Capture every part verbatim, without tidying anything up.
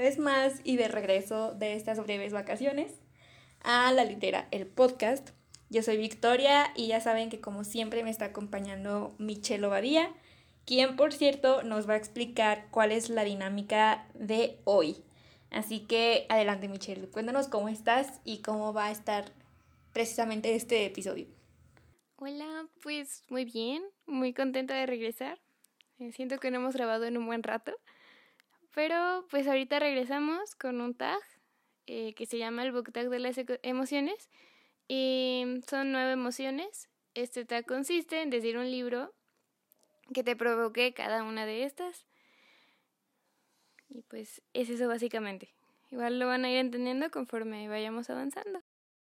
vez más y de regreso de estas breves vacaciones a La Litera, el podcast. Yo soy Victoria y ya saben que como siempre me está acompañando Michelle Obadía, quien por cierto nos va a explicar cuál es la dinámica de hoy. Así que adelante Michelle, cuéntanos cómo estás y cómo va a estar precisamente este episodio. Hola, pues muy bien, muy contenta de regresar. Eh, siento que no hemos grabado en un buen rato, pero pues ahorita regresamos con un tag eh, que se llama el Book Tag de las emociones y son nueve emociones. Este tag consiste en decir un libro que te provoque cada una de estas y pues es eso básicamente. Igual lo van a ir entendiendo conforme vayamos avanzando.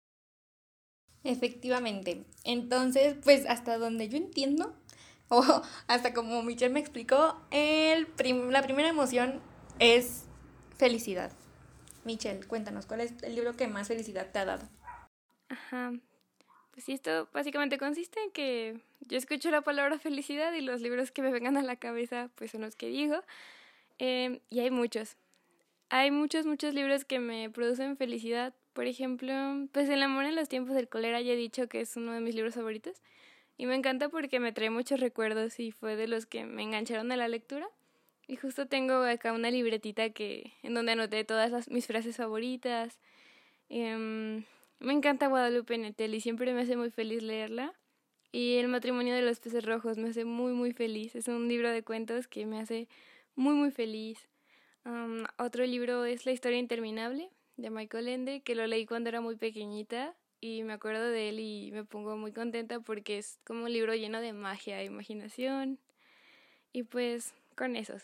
Efectivamente. Entonces, pues hasta donde yo entiendo, o hasta como Michelle me explicó, el prim- la primera emoción es felicidad. Michelle, cuéntanos, ¿cuál es el libro que más felicidad te ha dado? Ajá. Pues sí, esto básicamente consiste en que yo escucho la palabra felicidad y los libros que me vengan a la cabeza pues son los que digo. Eh, y hay muchos. Hay muchos, muchos libros que me producen felicidad. Por ejemplo, pues El amor en los tiempos del cólera ya he dicho que es uno de mis libros favoritos. Y me encanta porque me trae muchos recuerdos y fue de los que me engancharon a la lectura. Y justo tengo acá una libretita que, en donde anoté todas las, mis frases favoritas. Eh, me encanta Guadalupe Nettel y siempre me hace muy feliz leerla. Y El matrimonio de los peces rojos me hace muy, muy feliz. Es un libro de cuentos que me hace muy, muy feliz. Um, otro libro es La historia interminable de Michael Ende, que lo leí cuando era muy pequeñita y me acuerdo de él y me pongo muy contenta porque es como un libro lleno de magia e imaginación. Y pues con esos.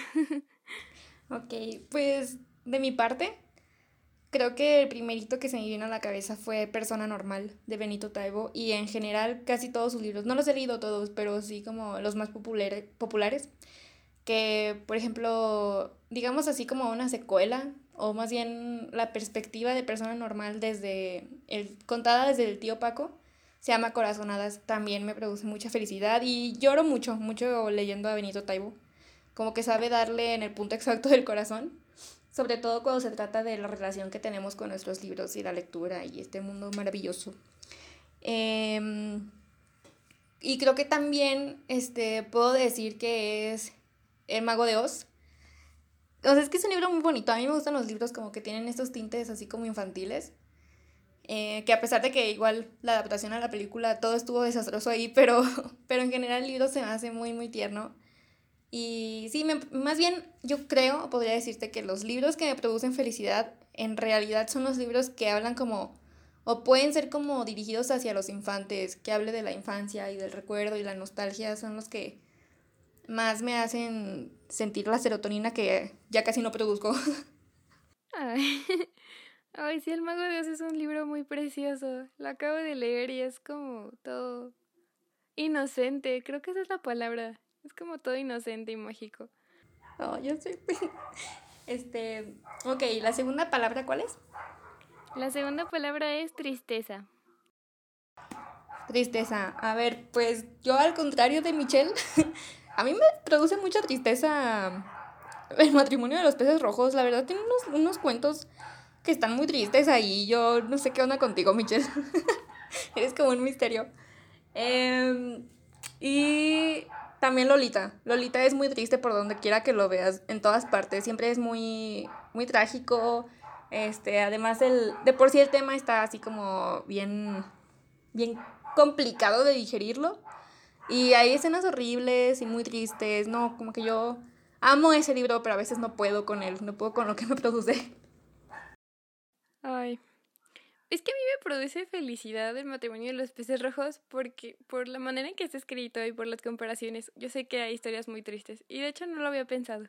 Ok, pues de mi parte, creo que el primerito que se me vino a la cabeza fue Persona Normal de Benito Taibo y en general casi todos sus libros. No los he leído todos, pero sí como los más populares, populares que, por ejemplo, digamos así como una secuela, o más bien la perspectiva de Persona Normal desde el, contada desde el tío Paco, se llama Corazonadas, también me produce mucha felicidad y lloro mucho, mucho leyendo a Benito Taibo, como que sabe darle en el punto exacto del corazón, sobre todo cuando se trata de la relación que tenemos con nuestros libros y la lectura y este mundo maravilloso. Eh, y creo que también este, puedo decir que es El Mago de Oz. O sea, es que es un libro muy bonito. A mí me gustan los libros como que tienen estos tintes así como infantiles. Eh, que a pesar de que igual la adaptación a la película todo estuvo desastroso ahí, pero, pero en general el libro se me hace muy, muy tierno. Y sí, me, más bien yo creo, podría decirte que los libros que me producen felicidad en realidad son los libros que hablan como, o pueden ser como dirigidos hacia los infantes, que hable de la infancia y del recuerdo y la nostalgia, son los que más me hacen sentir la serotonina que ya casi no produzco. Ay. Ay, sí, El Mago de Oz es un libro muy precioso. Lo acabo de leer y es como todo inocente. Creo que esa es la palabra. Es como todo inocente y mágico. No, yo sé. Este, ok, la segunda palabra, ¿cuál es? La segunda palabra es tristeza. Tristeza. A ver, pues yo al contrario de Michelle, a mí me produce mucha tristeza el matrimonio de los peces rojos. La verdad tiene unos, unos cuentos que están muy tristes ahí. Yo no sé qué onda contigo, Michelle. Eres como un misterio. Eh, y también Lolita. Lolita es muy triste por donde quiera que lo veas, en todas partes. Siempre es muy, muy trágico. Este, además, el, de por sí el tema está así como bien, bien complicado de digerirlo. Y hay escenas horribles y muy tristes. No, como que yo amo ese libro, pero a veces no puedo con él. No puedo con lo que me produce. Ay, es que a mí me produce felicidad el matrimonio de los peces rojos porque por la manera en que está escrito y por las comparaciones. Yo sé que hay historias muy tristes y de hecho no lo había pensado.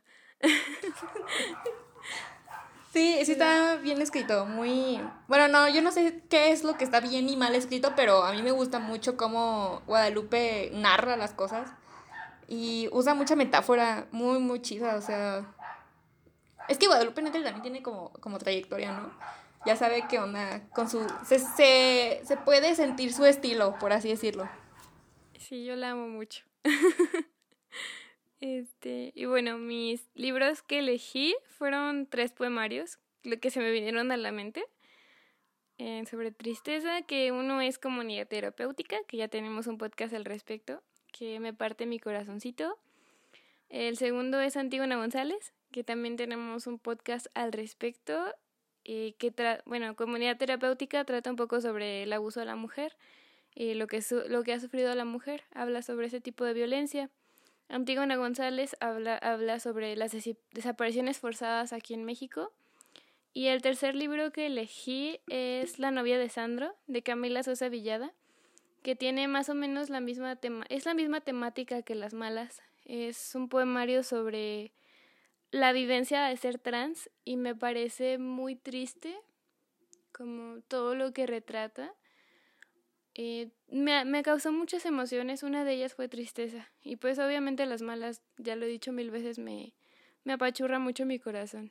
Sí, sí está bien escrito, muy... Bueno, no, yo no sé qué es lo que está bien y mal escrito, pero a mí me gusta mucho cómo Guadalupe narra las cosas y usa mucha metáfora muy, muy chida, o sea... Es que Guadalupe Nettel también tiene como, como trayectoria, ¿no? Ya sabe qué onda con su... Se, se, se puede sentir su estilo, por así decirlo. Sí, yo la amo mucho. Este, y bueno, mis libros que elegí fueron tres poemarios, lo que se me vinieron a la mente, eh, sobre tristeza, que uno es Comunidad Terapéutica, que ya tenemos un podcast al respecto, que me parte mi corazoncito. El segundo es Antígona González, que también tenemos un podcast al respecto, eh, que tra- bueno, Comunidad Terapéutica trata un poco sobre el abuso a la mujer y lo que, su- lo que ha sufrido la mujer, habla sobre ese tipo de violencia. Antígona González habla, habla sobre las des- desapariciones forzadas aquí en México. Y el tercer libro que elegí es La novia de Sandro, de Camila Sosa Villada, que tiene más o menos la misma tema, es la misma temática que Las malas. Es un poemario sobre la vivencia de ser trans y me parece muy triste como todo lo que retrata. Eh, me, me causó muchas emociones, una de ellas fue tristeza. Y pues obviamente Las malas, ya lo he dicho mil veces, me, me apachurra mucho mi corazón.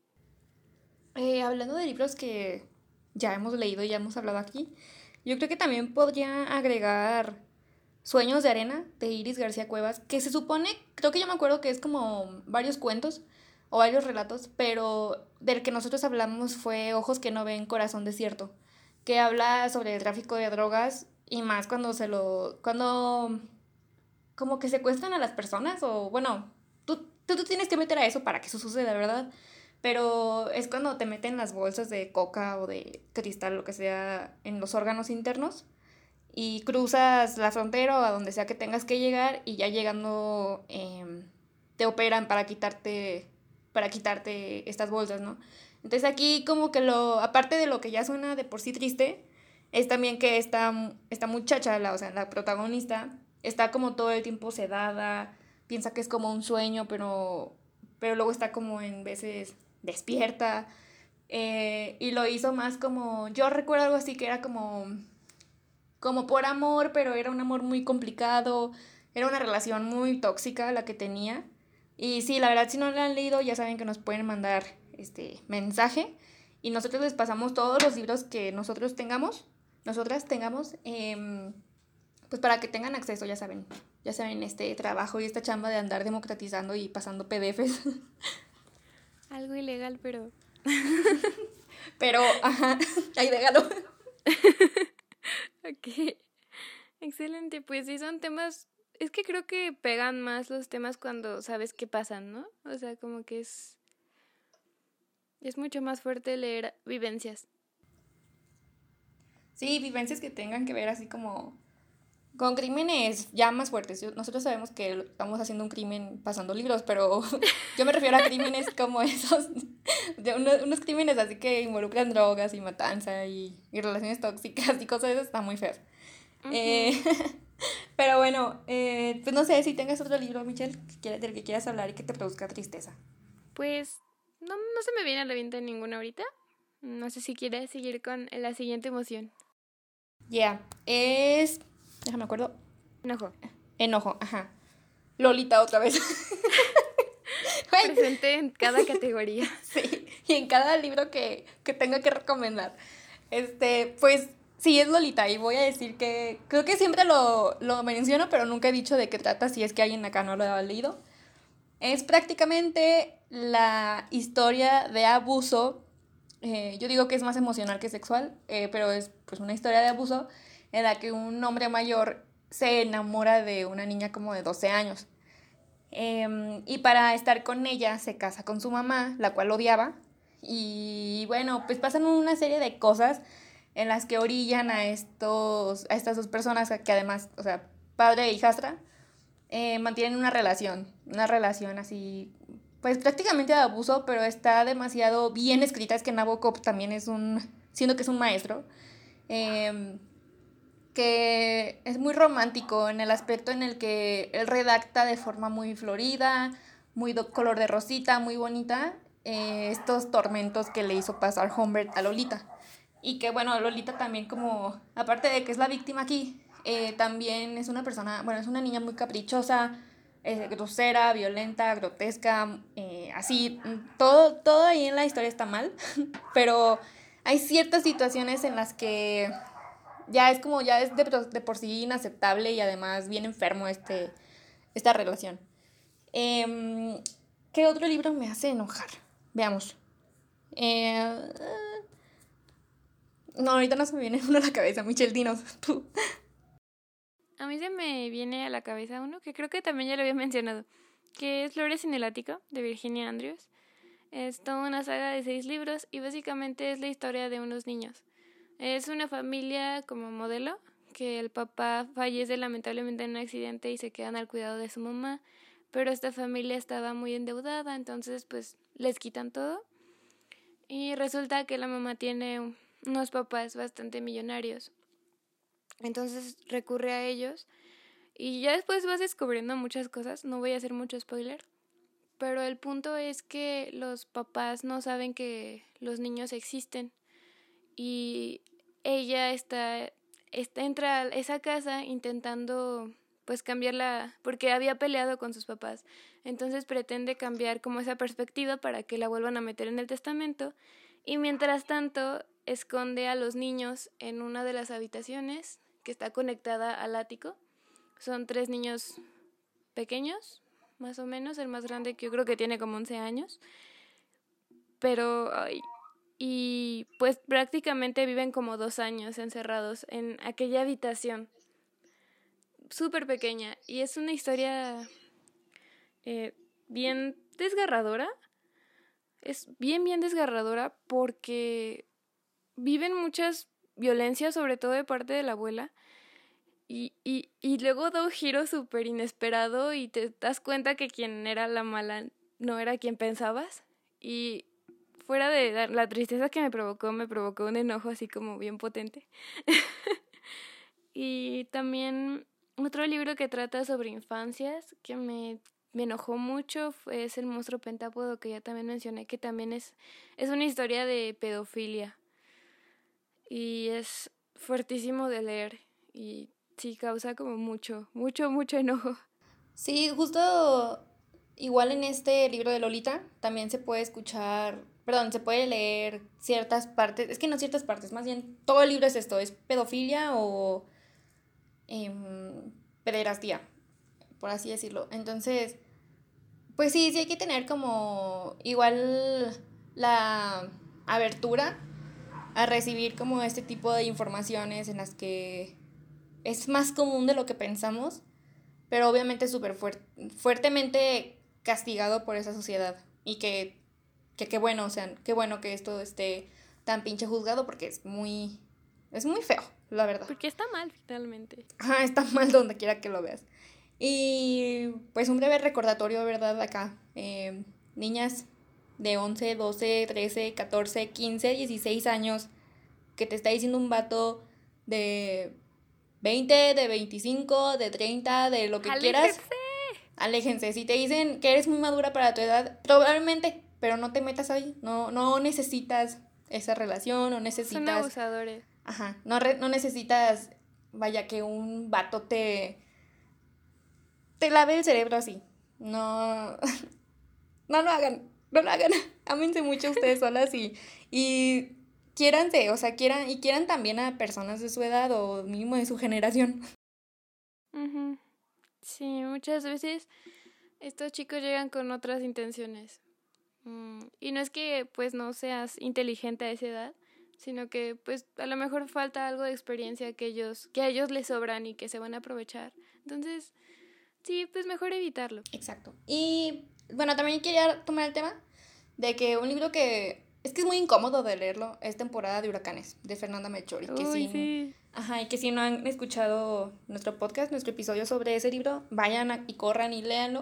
Eh, hablando de libros que ya hemos leído y ya hemos hablado aquí, yo creo que también podría agregar Sueños de arena de Iris García Cuevas, que se supone, creo que yo me acuerdo que es como varios cuentos o varios relatos, pero del que nosotros hablamos fue Ojos que no ven, corazón desierto, que habla sobre el tráfico de drogas y más cuando se lo, cuando como que secuestran a las personas o bueno, tú, tú, tú tienes que meter a eso para que eso suceda, ¿verdad? Pero es cuando te meten las bolsas de coca o de cristal, lo que sea, en los órganos internos y cruzas la frontera o a donde sea que tengas que llegar y ya llegando eh, te operan para quitarte, para quitarte estas bolsas, ¿no? Entonces aquí como que lo, aparte de lo que ya suena de por sí triste, es también que esta, esta muchacha, la, o sea, la protagonista, está como todo el tiempo sedada, piensa que es como un sueño, pero, pero luego está como en veces despierta. Eh, y lo hizo más como, yo recuerdo algo así que era como como por amor, pero era un amor muy complicado, era una relación muy tóxica la que tenía. Y sí, la verdad, si no la han leído, ya saben que nos pueden mandar este mensaje y nosotros les pasamos todos los libros que nosotros tengamos, nosotras tengamos, eh, pues para que tengan acceso, ya saben, ya saben, este trabajo y esta chamba de andar democratizando y pasando P D Fs. Algo ilegal, pero... Pero, ajá, ahí déjalo. Ok, excelente. Pues sí, son temas... Es que creo que pegan más los temas cuando sabes qué pasan, ¿no? O sea, como que es... Es mucho más fuerte leer vivencias. Sí, vivencias que tengan que ver así como con crímenes ya más fuertes. Yo- nosotros sabemos que estamos haciendo un crimen pasando libros, pero yo me refiero a crímenes como esos, de unos, unos crímenes así que involucran drogas y matanza y, y relaciones tóxicas y cosas de esas, está muy feo. Eh, Ujú. pero bueno, eh, pues no sé si tengas otro libro, Michelle, que quiera- del que quieras hablar y que te produzca tristeza. Pues no, no se me viene a la mente ninguna ahorita. No sé si quieres seguir con la siguiente emoción. Ya, es... Déjame acuerdo. Enojo. Enojo, ajá. Lolita otra vez. Güey, Presente en cada categoría. sí, y en cada libro que, que tenga que recomendar. Este, pues sí, es Lolita, y voy a decir que creo que siempre lo, lo menciono, pero nunca he dicho de qué trata, si es que alguien acá no lo ha leído. Es prácticamente la historia de abuso, eh, yo digo que es más emocional que sexual, eh, pero es pues una historia de abuso en la que un hombre mayor se enamora de una niña como de doce años. Em, y para estar con ella se casa con su mamá, la cual odiaba. Y bueno, pues pasan una serie de cosas en las que orillan a, estos, a estas dos personas que además, o sea, padre e hijastra, eh, mantienen una relación, una relación así, pues prácticamente de abuso, pero está demasiado bien escrita. Es que Nabokov también es un, siendo que es un maestro, eh, que es muy romántico en el aspecto en el que él redacta de forma muy florida, muy do- color de rosita, muy bonita, eh, estos tormentos que le hizo pasar Humbert a Lolita. Y que bueno, Lolita también como, aparte de que es la víctima aquí, eh, también es una persona, bueno, es una niña muy caprichosa, eh, grosera, violenta, grotesca, eh, así, todo, todo ahí en la historia está mal, pero hay ciertas situaciones en las que ya es como, ya es de, de por sí inaceptable y además bien enfermo este, esta relación. Eh, ¿Qué otro libro me hace enojar? Veamos. Eh, no, ahorita no se me viene uno a la cabeza. Michelle, dinos tú. A mí se me viene a la cabeza uno que creo que también ya lo había mencionado, que es Flores en el Ático, de Virginia Andrews. Es toda una saga de seis libros y básicamente es la historia de unos niños. Es una familia como modelo, que el papá fallece lamentablemente en un accidente y se quedan al cuidado de su mamá, pero esta familia estaba muy endeudada, entonces pues les quitan todo y resulta que la mamá tiene unos papás bastante millonarios. Entonces recurre a ellos y ya después vas descubriendo muchas cosas, no voy a hacer mucho spoiler, pero el punto es que los papás no saben que los niños existen y ella está, está entra a esa casa intentando pues cambiarla, porque había peleado con sus papás, entonces pretende cambiar como esa perspectiva para que la vuelvan a meter en el testamento y mientras tanto esconde a los niños en una de las habitaciones que está conectada al ático. Son tres niños pequeños, más o menos, el más grande que yo creo que tiene como once años, pero ay, y pues prácticamente viven como dos años encerrados en aquella habitación súper pequeña y es una historia eh, bien desgarradora, es bien bien desgarradora porque viven muchas violencias, sobre todo de parte de la abuela. Y, y, y luego da un giro súper inesperado y te das cuenta que quien era la mala no era quien pensabas. Y fuera de la tristeza que me provocó, me provocó un enojo así como bien potente. Y también otro libro que trata sobre infancias que me, me enojó mucho es El monstruo pentápodo, que ya también mencioné, que también es, es una historia de pedofilia. Y es fuertísimo de leer y sí causa como mucho, mucho, mucho enojo. Sí, justo igual en este libro de Lolita también se puede escuchar, perdón, se puede leer ciertas partes, es que no ciertas partes, más bien todo el libro es esto, es pedofilia o eh, pederastía, por así decirlo. Entonces, pues sí, sí hay que tener como igual la abertura a recibir como este tipo de informaciones en las que es más común de lo que pensamos, pero obviamente súper fuer- fuertemente castigado por esa sociedad. Y que, que qué bueno, o sea, qué bueno que esto esté tan pinche juzgado porque es muy, es muy feo, la verdad. Porque está mal finalmente. Ajá, está mal donde quiera que lo veas. Y pues un breve recordatorio, ¿verdad? Acá, eh, niñas de once doce trece catorce quince dieciséis años que te está diciendo un vato de veinte de veinticinco de treinta de lo que quieras, ¡Aléjense! aléjense. Si te dicen que eres muy madura para tu edad, probablemente, pero no te metas ahí. No, no necesitas esa relación, no Son necesitas. abusadores. Ajá, no, re- no necesitas, vaya, que un vato te, te lave el cerebro así. No, no lo hagan, no lo hagan. Ámense mucho ustedes solas y, y quiéranse, o sea, quieran, y quieran también a personas de su edad o mínimo de su generación. Uh-huh. Sí, muchas veces estos chicos llegan con otras intenciones. Mm, y no es que pues no seas inteligente a esa edad, sino que pues a lo mejor falta algo de experiencia que ellos, que a ellos les sobran y que se van a aprovechar. Entonces, sí, pues mejor evitarlo. Exacto. Y bueno, también quería tomar el tema de que un libro que es que es muy incómodo de leerlo es Temporada de Huracanes, de Fernanda Melchor. Y que Uy, si, sí. ajá, y que si no han escuchado nuestro podcast, nuestro episodio sobre ese libro, vayan a- y corran y léanlo.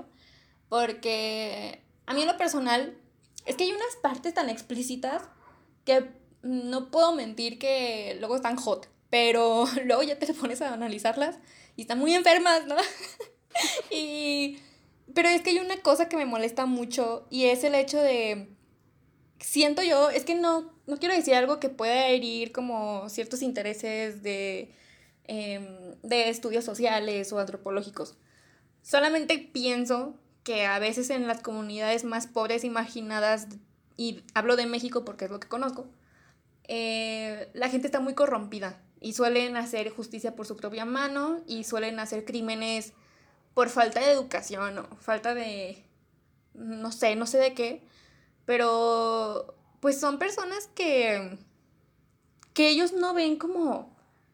Porque a mí en lo personal es que hay unas partes tan explícitas que no puedo mentir que luego están hot. Pero luego ya te pones a analizarlas y están muy enfermas, ¿no? Y... Pero es que hay una cosa que me molesta mucho y es el hecho de... Siento yo, es que no, no quiero decir algo que pueda herir como ciertos intereses de, em, de estudios sociales o antropológicos. Solamente pienso que a veces en las comunidades más pobres y marginadas, y hablo de México porque es lo que conozco, eh, la gente está muy corrompida y suelen hacer justicia por su propia mano y suelen hacer crímenes por falta de educación o falta de, no sé, no sé de qué, pero pues son personas que, que ellos no ven como,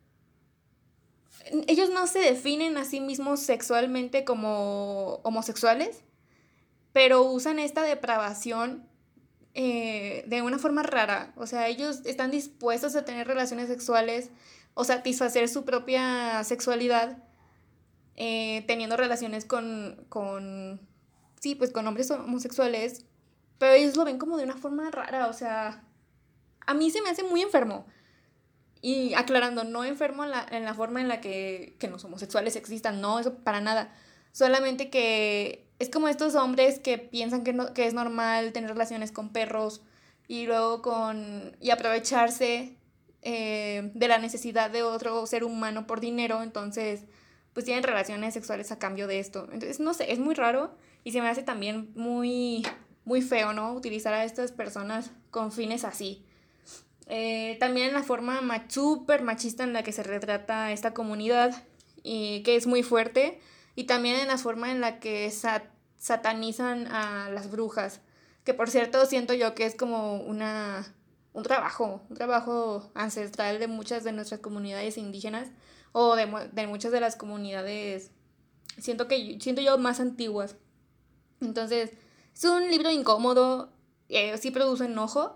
ellos no se definen a sí mismos sexualmente como homosexuales, pero usan esta depravación eh, de una forma rara. O sea, ellos están dispuestos a tener relaciones sexuales o satisfacer su propia sexualidad eh, teniendo relaciones con, con, sí, pues con hombres homosexuales, pero ellos lo ven como de una forma rara. O sea, a mí se me hace muy enfermo. Y aclarando, no enfermo en la, en la forma en la que, que los homosexuales existan, no, eso para nada. Solamente que es como estos hombres que piensan que, no, que es normal tener relaciones con perros y luego con. Y aprovecharse eh, de la necesidad de otro ser humano por dinero, entonces pues tienen relaciones sexuales a cambio de esto. Entonces, no sé, es muy raro y se me hace también muy, muy feo, ¿no? Utilizar a estas personas con fines así. Eh, también la forma mach súper machista en la que se retrata esta comunidad y que es muy fuerte, y también en la forma en la que sat satanizan a las brujas, que por cierto siento yo que es como una un trabajo, un trabajo ancestral de muchas de nuestras comunidades indígenas o de, de muchas de las comunidades, siento que siento yo más antiguas. Entonces, es un libro incómodo, eh, sí produce enojo,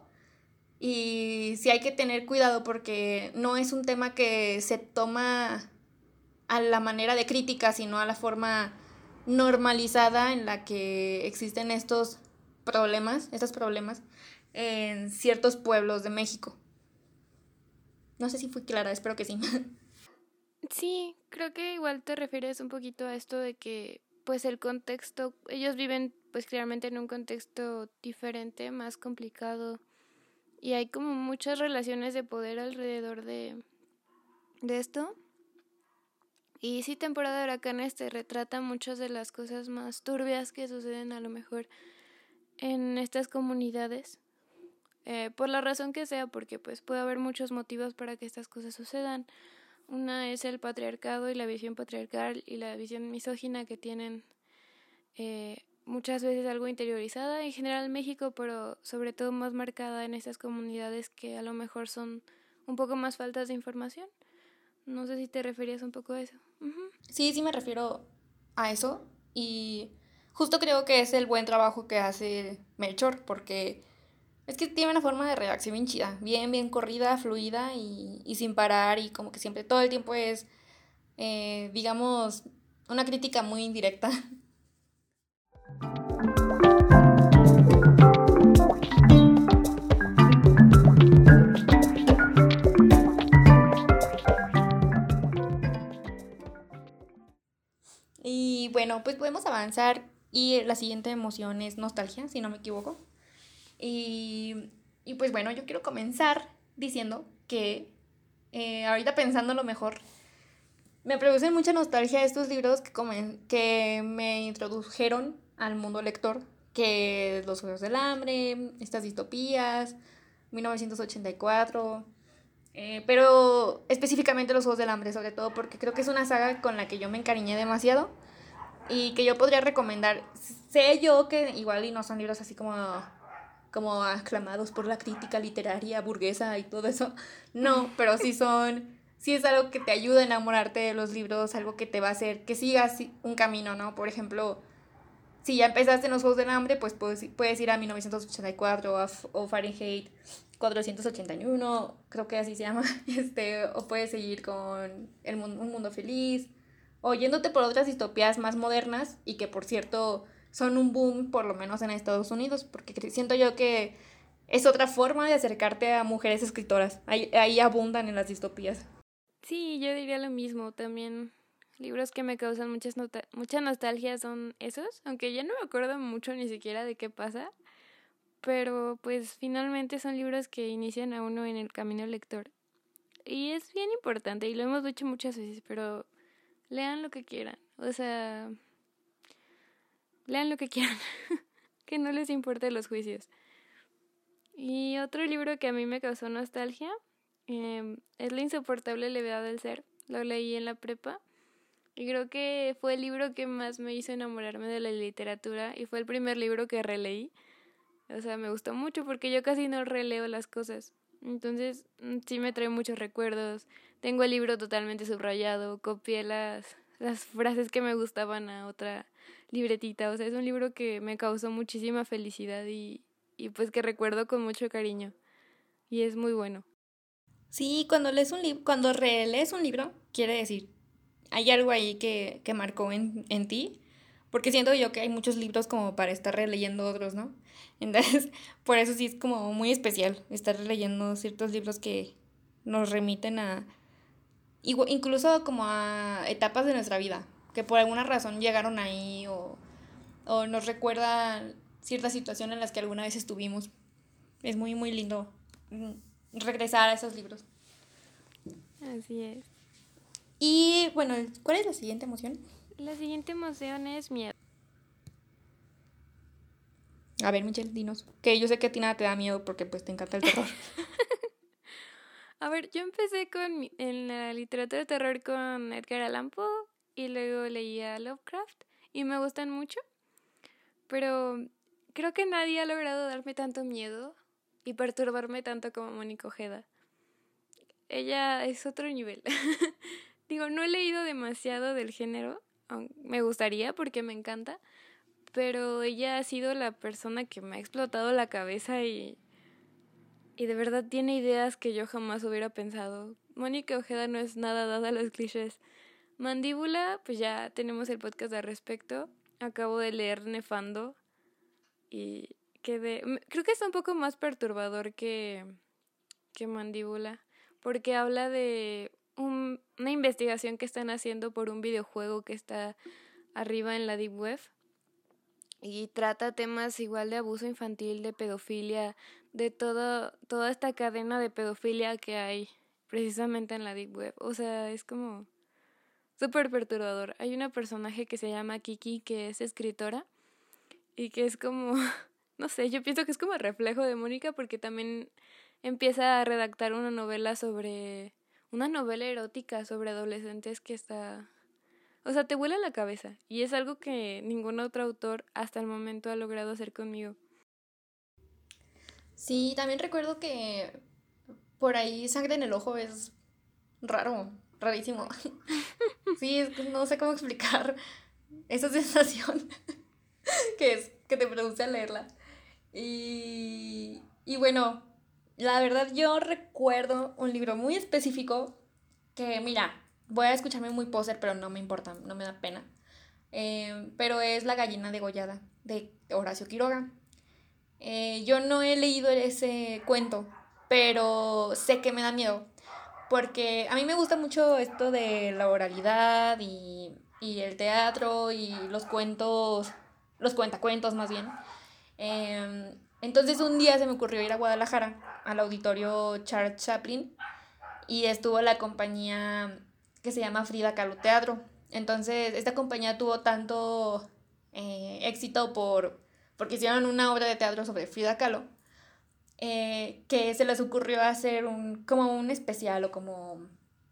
y sí hay que tener cuidado porque no es un tema que se toma a la manera de crítica, sino a la forma normalizada en la que existen estos problemas, estos problemas en ciertos pueblos de México. No sé si fui clara, espero que sí. Sí, creo que igual te refieres un poquito a esto de que pues el contexto, ellos viven pues claramente en un contexto diferente, más complicado, y hay como muchas relaciones de poder alrededor de, de esto. Y sí, temporada de huracanes te retrata muchas de las cosas más turbias que suceden a lo mejor en estas comunidades, eh, por la razón que sea, porque pues puede haber muchos motivos para que estas cosas sucedan. Una es el patriarcado y la visión patriarcal y la visión misógina que tienen eh, muchas veces algo interiorizada en general en México, pero sobre todo más marcada en estas comunidades que a lo mejor son un poco más faltas de información. No sé si te referías un poco a eso. Uh-huh. Sí, sí me refiero a eso, y justo creo que es el buen trabajo que hace Melchor, porque es que tiene una forma de redacción bien chida, bien, bien corrida, fluida y, y sin parar, y como que siempre, todo el tiempo es, eh, digamos, una crítica muy indirecta. Y bueno, pues podemos avanzar, y la siguiente emoción es nostalgia, si no me equivoco. Y, y pues bueno, yo quiero comenzar diciendo que eh, ahorita pensando lo mejor, me producen mucha nostalgia estos libros que, comen, que me introdujeron al mundo lector, que Los Juegos del Hambre, estas distopías, mil novecientos ochenta y cuatro, eh, pero específicamente Los Juegos del Hambre, sobre todo porque creo que es una saga con la que yo me encariñé demasiado y que yo podría recomendar. Sé yo que igual y no son libros así como, como aclamados por la crítica literaria burguesa y todo eso, no, pero sí son, sí es algo que te ayuda a enamorarte de los libros, algo que te va a hacer que sigas un camino, ¿no? Por ejemplo, si ya empezaste en los Juegos del Hambre, pues puedes, puedes ir a mil novecientos ochenta y cuatro o, a, o Fahrenheit cuatrocientos ochenta y uno, creo que así se llama, este, o puedes seguir con el, Un Mundo Feliz, o yéndote por otras distopías más modernas y que por cierto son un boom por lo menos en Estados Unidos, porque siento yo que es otra forma de acercarte a mujeres escritoras, ahí, ahí abundan en las distopías. Sí, yo diría lo mismo. También libros que me causan muchas nota- mucha nostalgia son esos, aunque ya no me acuerdo mucho ni siquiera de qué pasa, pero pues finalmente son libros que inician a uno en el camino lector. Y es bien importante, y lo hemos dicho muchas veces, pero lean lo que quieran. O sea, lean lo que quieran, que no les importe los juicios. Y otro libro que a mí me causó nostalgia eh, es La insoportable levedad del ser. Lo leí en la prepa Y creo que fue el libro que más me hizo enamorarme de la literatura y fue el primer libro que releí. O sea, me gustó mucho porque yo casi no releo las cosas. Entonces, sí me trae muchos recuerdos. Tengo el libro totalmente subrayado, copié las, las frases que me gustaban a otra libretita. O sea, es un libro que me causó muchísima felicidad y, y pues que recuerdo con mucho cariño. Y es muy bueno. Sí, cuando lees un libro, cuando relees un libro, quiere decir, hay algo ahí que, que marcó en, en ti, porque siento yo que hay muchos libros como para estar releyendo otros, ¿no? Entonces, por eso sí es como muy especial estar leyendo ciertos libros que nos remiten a, incluso como a etapas de nuestra vida, que por alguna razón llegaron ahí o, o nos recuerdan cierta situación en las que alguna vez estuvimos. Es muy, muy lindo regresar a esos libros. Así es. Y bueno, ¿cuál es la siguiente emoción? La siguiente emoción es miedo. A ver, Michelle, dinos. Que yo sé que a ti nada te da miedo porque pues te encanta el terror. A ver, yo empecé con en la literatura de terror con Edgar Allan Poe y luego leía Lovecraft y me gustan mucho, pero creo que nadie ha logrado darme tanto miedo y perturbarme tanto como Mónica Ojeda. Ella es otro nivel. Digo, no he leído demasiado del género, me gustaría porque me encanta, pero ella ha sido la persona que me ha explotado la cabeza y, y de verdad tiene ideas que yo jamás hubiera pensado. Mónica Ojeda no es nada dada a los clichés. Mandíbula, pues ya tenemos el podcast al respecto. Acabo de leer Nefando y quedé... Creo que está un poco más perturbador que, que Mandíbula, porque habla de un, una investigación que están haciendo por un videojuego que está arriba en la Deep Web y trata temas igual de abuso infantil, de pedofilia, de todo, toda esta cadena de pedofilia que hay precisamente en la Deep Web. O sea, es como súper perturbador. Hay una personaje que se llama Kiki que es escritora y que es como, no sé, yo pienso que es como el reflejo de Mónica porque también empieza a redactar una novela sobre, una novela erótica sobre adolescentes que está, o sea, te vuela la cabeza y es algo que ningún otro autor hasta el momento ha logrado hacer conmigo. Sí, también recuerdo que por ahí Sangre en el Ojo es raro, rarísimo. Sí, es que no sé cómo explicar esa sensación que es que te produce al leerla. Y, y bueno, la verdad yo recuerdo un libro muy específico que, mira, voy a escucharme muy poser, pero no me importa, no me da pena. Eh, pero es La gallina degollada, de Horacio Quiroga. Eh, yo no he leído ese cuento, pero sé que me da miedo, porque a mí me gusta mucho esto de la oralidad y, y el teatro y los cuentos, los cuentacuentos más bien. Eh, entonces un día se me ocurrió ir a Guadalajara, al auditorio Charles Chaplin, y estuvo la compañía que se llama Frida Kahlo Teatro. Entonces esta compañía tuvo tanto eh, éxito por, porque hicieron una obra de teatro sobre Frida Kahlo, eh, que se les ocurrió hacer un, como un especial o como,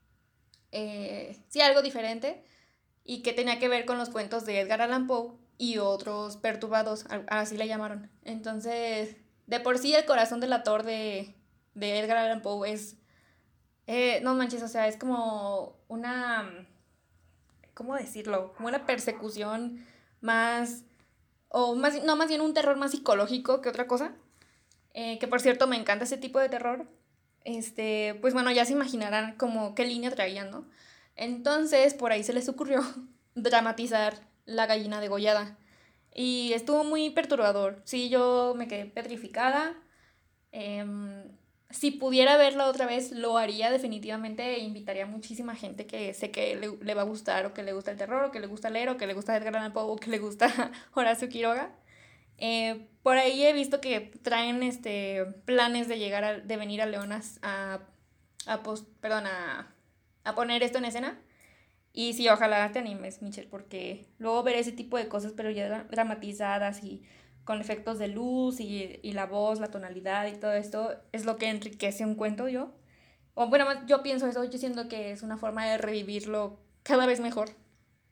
eh, sí, algo diferente y que tenía que ver con los cuentos de Edgar Allan Poe y otros perturbados, así le llamaron. Entonces, de por sí el corazón del ator de, de Edgar Allan Poe es, eh, no manches, o sea, es como una, ¿cómo decirlo? Como una persecución más, o más, no, más bien un terror más psicológico que otra cosa. Eh, que por cierto me encanta ese tipo de terror. Este, pues bueno, ya se imaginarán como qué línea traían, ¿no? Entonces, por ahí se les ocurrió dramatizar La gallina degollada. Y estuvo muy perturbador. Sí, yo me quedé petrificada. Eh, si pudiera verla otra vez, lo haría definitivamente. E invitaría a muchísima gente que sé que le, le va a gustar, o que le gusta el terror, o que le gusta leer, o que le gusta Edgar Allan Poe, o que le gusta Horacio Quiroga. Eh, por ahí he visto que traen este planes de llegar a, de venir a León a, a, a post, perdón, a, a poner esto en escena. Y sí, ojalá te animes, Michelle, porque luego ver ese tipo de cosas, pero ya dramatizadas y con efectos de luz y, y la voz, la tonalidad y todo esto, es lo que enriquece un cuento, yo. O bueno, yo pienso eso, yo siento que es una forma de revivirlo cada vez mejor.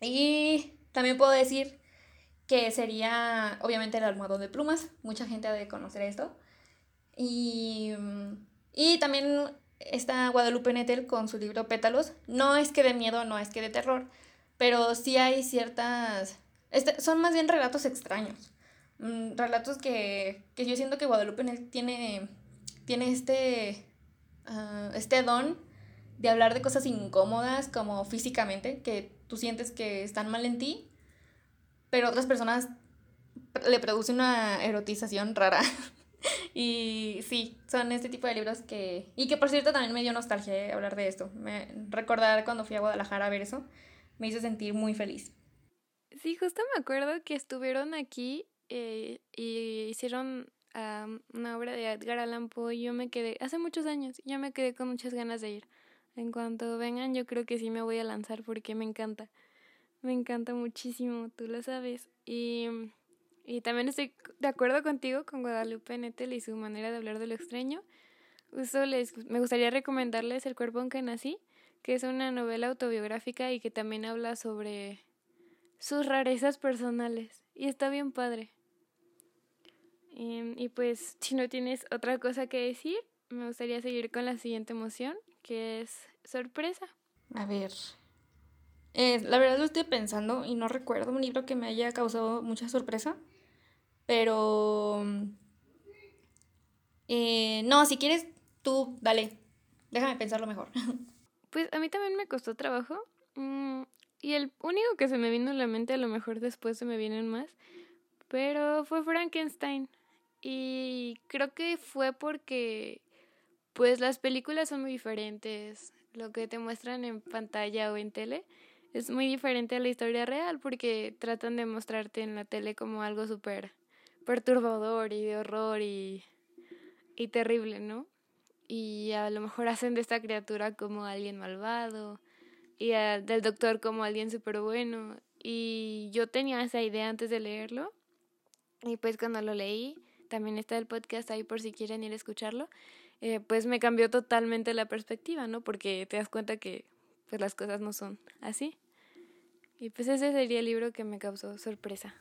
Y también puedo decir que sería, obviamente, El almohadón de plumas. Mucha gente ha de conocer esto. Y, y también está Guadalupe Nettel con su libro Pétalos. No es que de miedo, no es que de terror, pero sí hay ciertas... Este, son más bien relatos extraños. Mm, relatos que, que yo siento que Guadalupe Nettel tiene, tiene este, uh, este don de hablar de cosas incómodas, como físicamente, que tú sientes que están mal en ti, pero otras personas le produce una erotización rara. Y sí, son este tipo de libros que... Y que por cierto también me dio nostalgia, eh, hablar de esto. Me... Recordar cuando fui a Guadalajara a ver eso me hizo sentir muy feliz. Sí, justo me acuerdo que estuvieron aquí eh, y hicieron um, una obra de Edgar Allan Poe y yo me quedé, hace muchos años, yo me quedé con muchas ganas de ir. En cuanto vengan, yo creo que sí me voy a lanzar porque me encanta. Me encanta muchísimo, tú lo sabes. Y, y también estoy de acuerdo contigo con Guadalupe Nettel y su manera de hablar de lo extraño. Justo les, me gustaría recomendarles El cuerpo en que nací, que es una novela autobiográfica y que también habla sobre sus rarezas personales. Y está bien padre. Y, y pues, si no tienes otra cosa que decir, me gustaría seguir con la siguiente emoción, que es sorpresa. A ver... Eh, la verdad lo estoy pensando y no recuerdo un libro que me haya causado mucha sorpresa. Pero... Eh, no, si quieres, tú, dale. Déjame pensarlo mejor. Pues a mí también me costó trabajo. Mm, y el único que se me vino a la mente, a lo mejor después se me vienen más, pero fue Frankenstein. Y creo que fue porque, pues las películas son muy diferentes. Lo que te muestran en pantalla o en tele es muy diferente a la historia real porque tratan de mostrarte en la tele como algo súper perturbador y de horror y, y terrible, ¿no? Y a lo mejor hacen de esta criatura como alguien malvado y a, del doctor como alguien súper bueno. Y yo tenía esa idea antes de leerlo y pues cuando lo leí, también está el podcast ahí por si quieren ir a escucharlo, eh, pues me cambió totalmente la perspectiva, ¿no? Porque te das cuenta que pues las cosas no son así. Y pues ese sería el libro que me causó sorpresa.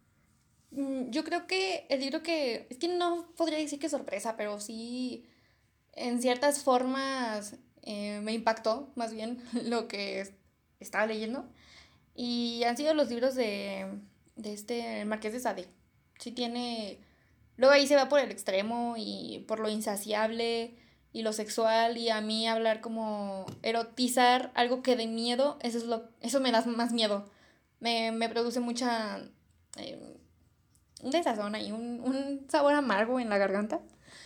Yo creo que el libro que... Es que no podría decir que sorpresa, pero sí en ciertas formas eh, me impactó más bien lo que estaba leyendo. Y han sido los libros de, de este Marqués de Sade. Sí tiene... Luego ahí se va por el extremo y por lo insaciable y lo sexual, y a mí hablar como erotizar algo que de miedo, eso es lo, eso me da más miedo. Me, me produce mucha... Eh, un desazón ahí, un, un sabor amargo en la garganta.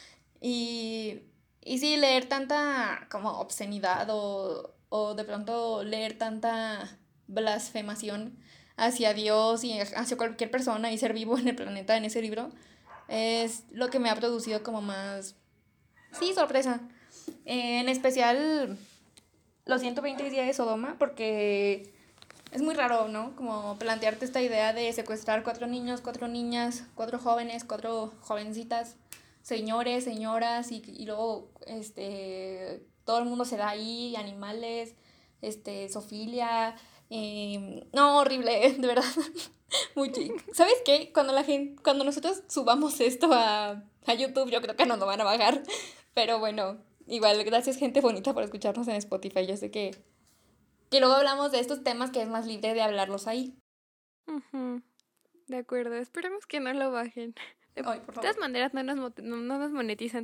Y, y sí, leer tanta como obscenidad o, o de pronto leer tanta blasfemación hacia Dios y hacia cualquier persona y ser vivo en el planeta en ese libro es lo que me ha producido como más, sí, sorpresa. Eh, en especial los ciento veinte días de Sodoma, porque es muy raro, ¿no? Como plantearte esta idea de secuestrar cuatro niños, cuatro niñas, cuatro jóvenes, cuatro jovencitas, señores, señoras, y, y luego este, todo el mundo se da ahí, animales, este, zoofilia. Eh, no, horrible, de verdad. Mucho. ¿Sabes qué? Cuando la gente, cuando nosotros subamos esto a, a YouTube, yo creo que nos lo van a bajar. Pero bueno, igual, gracias gente bonita por escucharnos en Spotify. Yo sé que que luego hablamos de estos temas que es más libre de hablarlos ahí. Uh-huh. De acuerdo, esperemos que no lo bajen. De Ay, por favor. todas maneras no nos, no, no nos monetizan.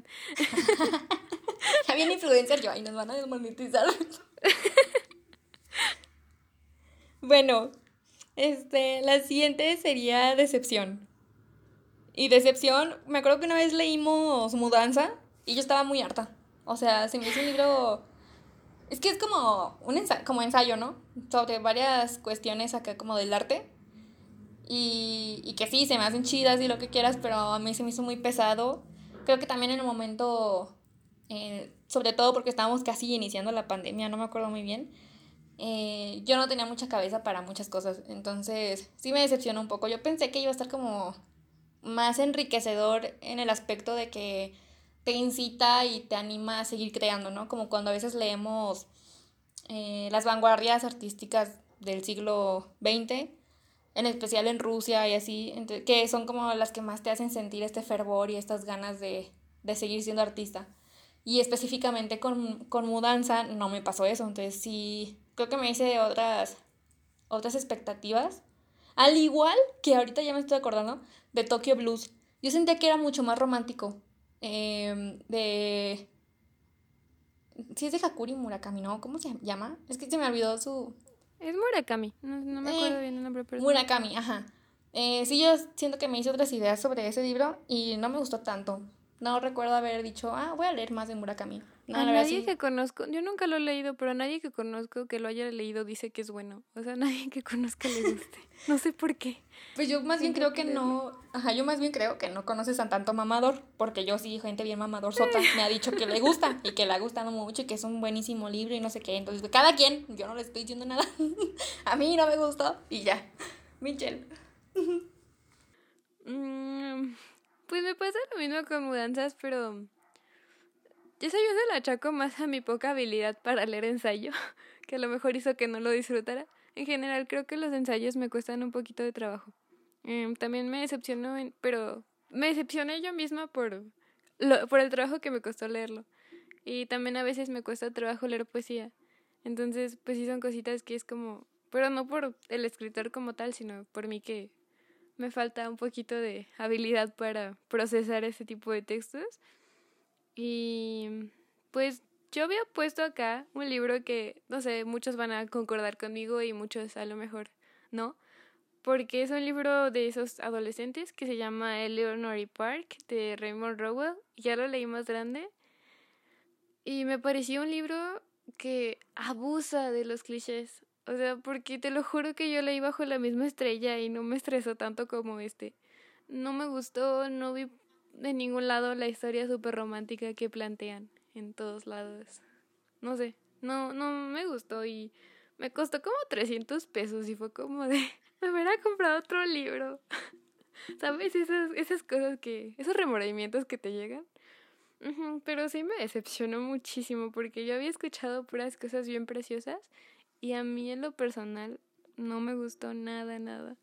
Ya viene influencer yo, ahí nos van a desmonetizar. Bueno, este, la siguiente sería Decepción. Y Decepción, me acuerdo que una vez leímos Mudanza y yo estaba muy harta. O sea, se me hizo un libro... Es que es como un ensayo, como ensayo, ¿no? Sobre varias cuestiones acá como del arte. Y, y que sí, se me hacen chidas y lo que quieras, pero a mí se me hizo muy pesado. Creo que también en el momento, eh, sobre todo porque estábamos casi iniciando la pandemia, no me acuerdo muy bien, eh, yo no tenía mucha cabeza para muchas cosas. Entonces sí me decepcionó un poco. Yo pensé que iba a estar como más enriquecedor en el aspecto de que te incita y te anima a seguir creando, ¿no? Como cuando a veces leemos eh, las vanguardias artísticas del siglo veinte, en especial en Rusia y así, que son como las que más te hacen sentir este fervor y estas ganas de, de seguir siendo artista. Y específicamente con, con Mudanza no me pasó eso, entonces sí, creo que me hice otras, otras expectativas. Al igual que ahorita ya me estoy acordando de Tokyo Blues. Yo sentía que era mucho más romántico. Eh, de... Sí, es de Hakuri Murakami, ¿no? ¿Cómo se llama? Es que se me olvidó su... Es Murakami, no, no me acuerdo Eh, bien el nombre, pero... Murakami, ajá. Eh, sí, yo siento que me hice otras ideas sobre ese libro y no me gustó tanto. No recuerdo haber dicho, ah, voy a leer más de Murakami. No, A la verdad nadie sí. que conozco, yo nunca lo he leído, pero a nadie que conozco que lo haya leído dice que es bueno. O sea, a nadie que conozca le guste. No sé por qué. Pues yo más bien Tendría creo que leerlo. no, ajá, yo más bien creo que no conoces a tanto mamador, porque yo sí, gente bien mamador sota, me ha dicho que le gusta y que le ha gustado mucho y que es un buenísimo libro y no sé qué. Entonces, cada quien, yo no le estoy diciendo nada. A mí no me gustó y ya. Michelle. Mm, pues me pasa lo mismo con Mudanzas, pero esa yo se la achaco más a mi poca habilidad para leer ensayo, que a lo mejor hizo que no lo disfrutara. En general creo que los ensayos me cuestan un poquito de trabajo. Eh, también me decepcionó, en, pero me decepcioné yo misma por, lo, por el trabajo que me costó leerlo. Y también a veces me cuesta trabajo leer poesía. Entonces, pues sí son cositas que es como... Pero no por el escritor como tal, sino por mí que me falta un poquito de habilidad para procesar ese tipo de textos. Y pues yo había puesto acá un libro que, no sé, muchos van a concordar conmigo y muchos a lo mejor no. Porque es un libro de esos adolescentes que se llama Eleanor Park de Raymond Rowell. Ya lo leí más grande. Y me pareció un libro que abusa de los clichés. O sea, porque te lo juro que yo leí bajo la misma estrella y no me estresó tanto como este. No me gustó, no vi de ningún lado la historia súper romántica que plantean en todos lados. No sé, no, no me gustó y me costó como trescientos pesos y fue como de, me hubiera comprado otro libro. ¿Sabes? Esas, esas cosas que, esos remordimientos que te llegan. Uh-huh, pero sí me decepcionó muchísimo porque yo había escuchado puras cosas bien preciosas y a mí en lo personal no me gustó nada, nada.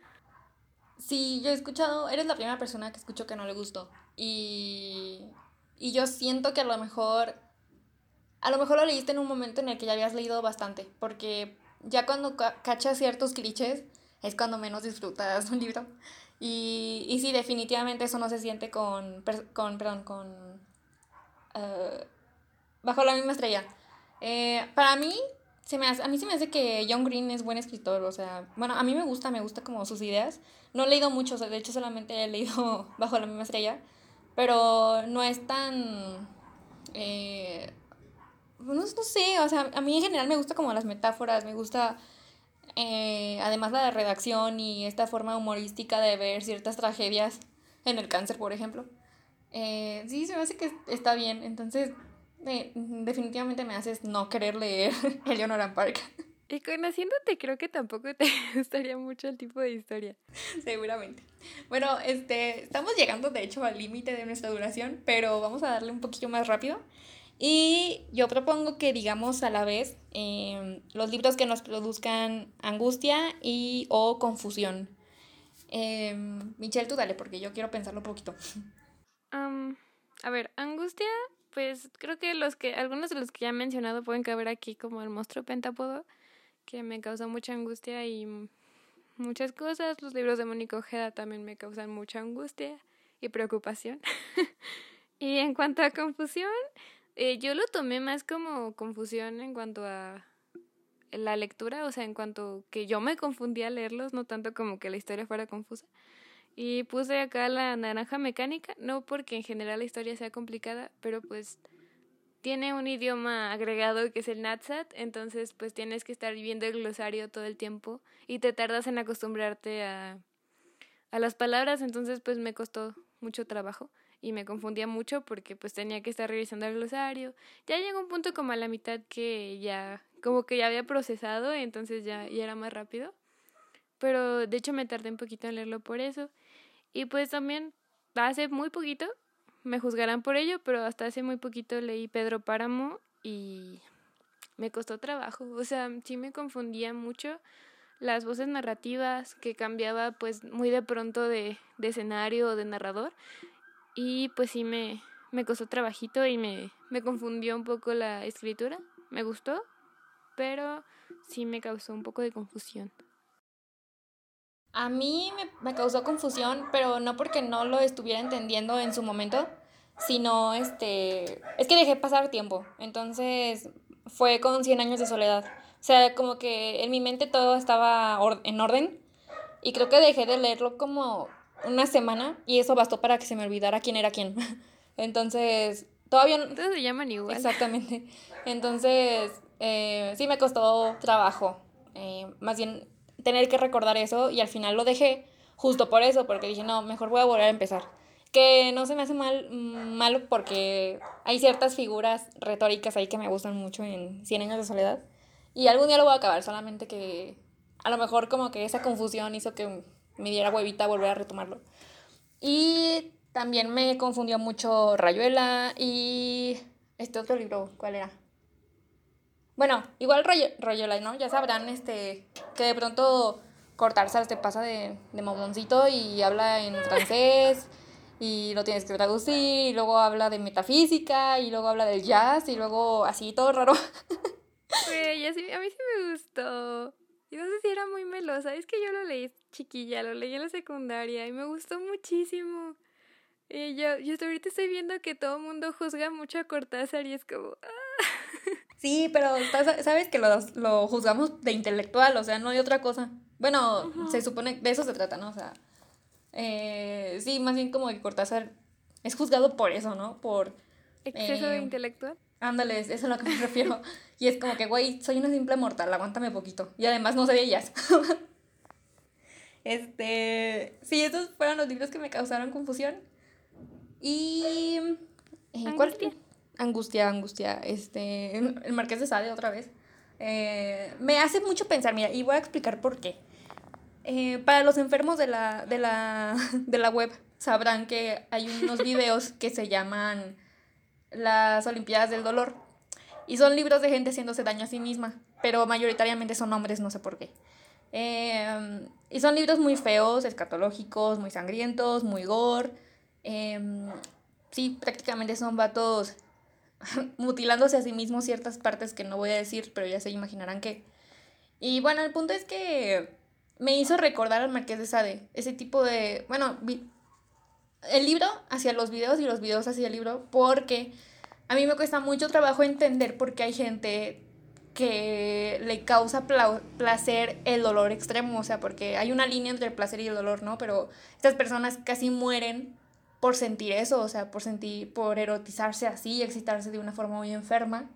Sí, yo he escuchado, eres la primera persona que escucho que no le gustó. Y, y yo siento que a lo mejor, a lo mejor lo leíste en un momento en el que ya habías leído bastante, porque ya cuando ca- cachas ciertos clichés es cuando menos disfrutas un libro. Y, y sí, definitivamente eso no se siente con, per- con perdón, con eh, Bajo la misma estrella. Eh, para mí, se me hace, a mí se me hace que John Green es buen escritor, o sea, bueno, a mí me gusta, me gusta como sus ideas. No he leído mucho, o sea, de hecho solamente he leído Bajo la misma estrella, pero no es tan... Eh, no, no sé, o sea, a mí en general me gusta como las metáforas, me gusta eh, además la redacción y esta forma humorística de ver ciertas tragedias en el cáncer, por ejemplo. Eh, sí, se me hace que está bien. Entonces, eh, definitivamente me haces no querer leer Eleanor Park. Y conociéndote creo que tampoco te gustaría mucho el tipo de historia. Seguramente. Bueno, este, estamos llegando de hecho al límite de nuestra duración, pero vamos a darle un poquito más rápido. Y yo propongo que digamos a la vez eh, los libros que nos produzcan angustia y o confusión. Eh, Michelle, tú dale, porque yo quiero pensarlo un poquito. Um, a ver, angustia, pues creo que los que, algunos de los que ya he mencionado pueden caber aquí como el monstruo pentápodo, que me causa mucha angustia y muchas cosas. Los libros de Mónica Ojeda también me causan mucha angustia y preocupación. Y en cuanto a confusión, eh, yo lo tomé más como confusión en cuanto a la lectura, o sea, en cuanto que yo me confundía al leerlos, no tanto como que la historia fuera confusa. Y puse acá la naranja mecánica, no porque en general la historia sea complicada, pero pues tiene un idioma agregado que es el Natsat, entonces pues tienes que estar viendo el glosario todo el tiempo y te tardas en acostumbrarte a, a las palabras, entonces pues me costó mucho trabajo y me confundía mucho porque pues tenía que estar revisando el glosario. Ya llegó un punto como a la mitad que ya, como que ya había procesado, entonces ya, ya era más rápido. Pero de hecho me tardé un poquito en leerlo por eso. Y pues también hace muy poquito, me juzgarán por ello, pero hasta hace muy poquito leí Pedro Páramo y me costó trabajo. O sea, sí me confundía mucho las voces narrativas, que cambiaba pues muy de pronto de, de escenario o de narrador. Y pues sí me, me costó trabajito y me, me confundió un poco la escritura. Me gustó, pero sí me causó un poco de confusión. A mí me, me causó confusión, pero no porque no lo estuviera entendiendo en su momento, sino este, es que dejé pasar tiempo, entonces fue con Cien años de soledad. O sea, como que en mi mente todo estaba or- en orden y creo que dejé de leerlo como una semana y eso bastó para que se me olvidara quién era quién. Entonces, todavía no- Todos se llaman igual. exactamente. Entonces, eh, sí me costó trabajo. Eh, más bien tener que recordar eso y al final lo dejé justo por eso, porque dije, no, mejor voy a volver a empezar. Que no se me hace mal, mm, malo porque hay ciertas figuras retóricas ahí que me gustan mucho en Cien años de soledad. Y algún día lo voy a acabar, solamente que a lo mejor como que esa confusión hizo que me diera huevita volver a retomarlo. Y también me confundió mucho Rayuela y este otro libro, ¿cuál era? Bueno, igual Roy- Rayuela, ¿no? Ya sabrán este que de pronto Cortázar te pasa de, de mamoncito y habla en francés y lo tienes que traducir y luego habla de metafísica y luego habla del jazz y luego así todo raro. Güey, así, a mí sí me gustó. Y no sé si era muy melosa. Es que yo lo leí chiquilla, lo leí en la secundaria y me gustó muchísimo. Y yo, yo hasta ahorita estoy viendo que todo el mundo juzga mucho a Cortázar y es como, ah, Sí, pero estás- sabes que lo, lo juzgamos de intelectual, o sea, no hay otra cosa. Bueno, se ujú, supone de eso se trata, ¿no? O sea, eh, sí, más bien como que Cortázar es juzgado por eso, ¿no? Por, exceso de eh, intelectual. ándale, eso es a lo que me refiero. Y es como que, güey, soy una simple mortal, aguántame poquito. Y además no sé de ellas. Este, sí, estos fueron los libros que me causaron confusión. Y, eh, ¿cuál? Angustia. Angustia, angustia. Este, el Marqués de Sade otra vez. Eh, me hace mucho pensar, mira, y voy a explicar por qué. Eh, para los enfermos de la, de, la, de la web sabrán que hay unos videos que se llaman las Olimpiadas del Dolor. Y son libros de gente haciéndose daño a sí misma, pero mayoritariamente son hombres, no sé por qué. Eh, y son libros muy feos, escatológicos, muy sangrientos, muy gore. Eh, sí, prácticamente son vatos mutilándose a sí mismos ciertas partes que no voy a decir, pero ya se imaginarán que. Y bueno, el punto es que me hizo recordar al Marqués de Sade. Ese tipo de. Bueno, vi, el libro hacia los videos y los videos hacia el libro, porque a mí me cuesta mucho trabajo entender por qué hay gente que le causa pla- placer el dolor extremo, o sea, porque hay una línea entre el placer y el dolor, ¿no? Pero estas personas casi mueren por sentir eso, o sea, por sentir, por erotizarse así, excitarse de una forma muy enferma.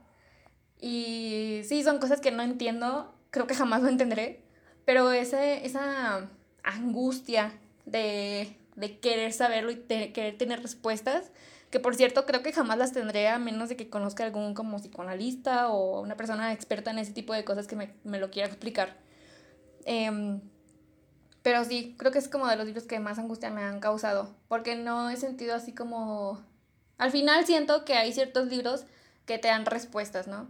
Y sí, son cosas que no entiendo, creo que jamás lo entenderé, pero ese, esa angustia de, de querer saberlo y de querer tener respuestas, que por cierto creo que jamás las tendré a menos de que conozca algún como psicoanalista o una persona experta en ese tipo de cosas que me, me lo quiera explicar. Em, pero sí, creo que es como de los libros que más angustia me han causado, porque no he sentido así como. Al final siento que hay ciertos libros que te dan respuestas, ¿no?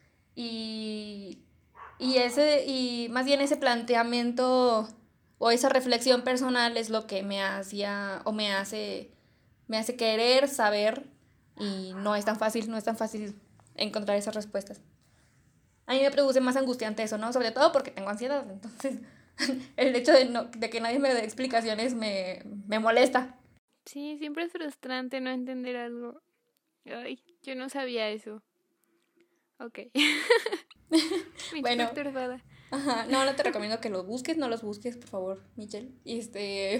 Y, y ese, y más bien ese planteamiento o esa reflexión personal es lo que me hacía o me hace, me hace querer saber y no es tan fácil, no es tan fácil encontrar esas respuestas. A mí me produce más angustiante eso, ¿no? Sobre todo porque tengo ansiedad, entonces el hecho de, no, de que nadie me dé explicaciones me, me molesta. Sí, siempre es frustrante no entender algo. Ay, yo no sabía eso. Ok. Me Bueno, perturbada. ajá, no, no te recomiendo que los busques, no los busques, por favor, Michelle. Y este,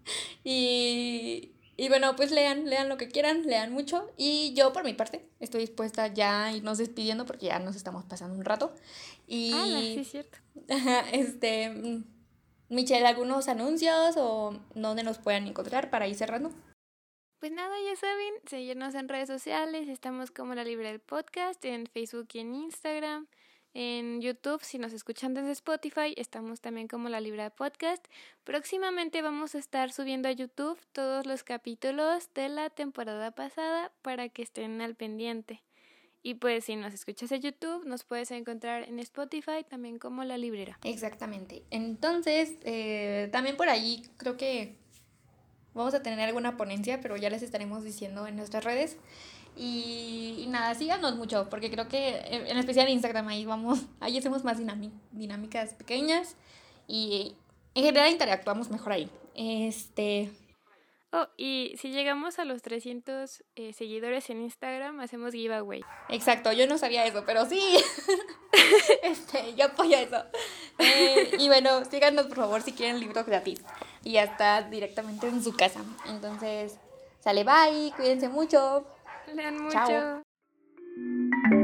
y, y bueno, pues lean, lean lo que quieran, lean mucho. Y yo, por mi parte, estoy dispuesta ya a irnos despidiendo porque ya nos estamos pasando un rato. Ah, sí, Y, es cierto. ajá, este, mm, Michelle, ¿algunos anuncios o dónde nos puedan encontrar para ir cerrando? Pues nada, ya saben, seguirnos en redes sociales, estamos como La Libra del Podcast, en Facebook y en Instagram, en YouTube, si nos escuchan desde Spotify, estamos también como La Libra del Podcast. Próximamente vamos a estar subiendo a YouTube todos los capítulos de la temporada pasada para que estén al pendiente. Y pues si nos escuchas en YouTube, nos puedes encontrar en Spotify también como La Librera. Exactamente. Entonces, eh, también por ahí creo que vamos a tener alguna ponencia, pero ya les estaremos diciendo en nuestras redes. Y, y nada, síganos mucho, porque creo que en especial en Instagram ahí vamos, ahí hacemos más dinami- dinámicas pequeñas y en general interactuamos mejor ahí. Este, Oh, y si llegamos a los trescientos eh, seguidores en Instagram, hacemos giveaway. exacto, yo no sabía eso, pero sí. este, yo apoyo eso. Eh, y bueno, síganos por favor si quieren libros gratis. Y ya está directamente en su casa. Entonces, sale bye, cuídense mucho. Lean Chao. mucho.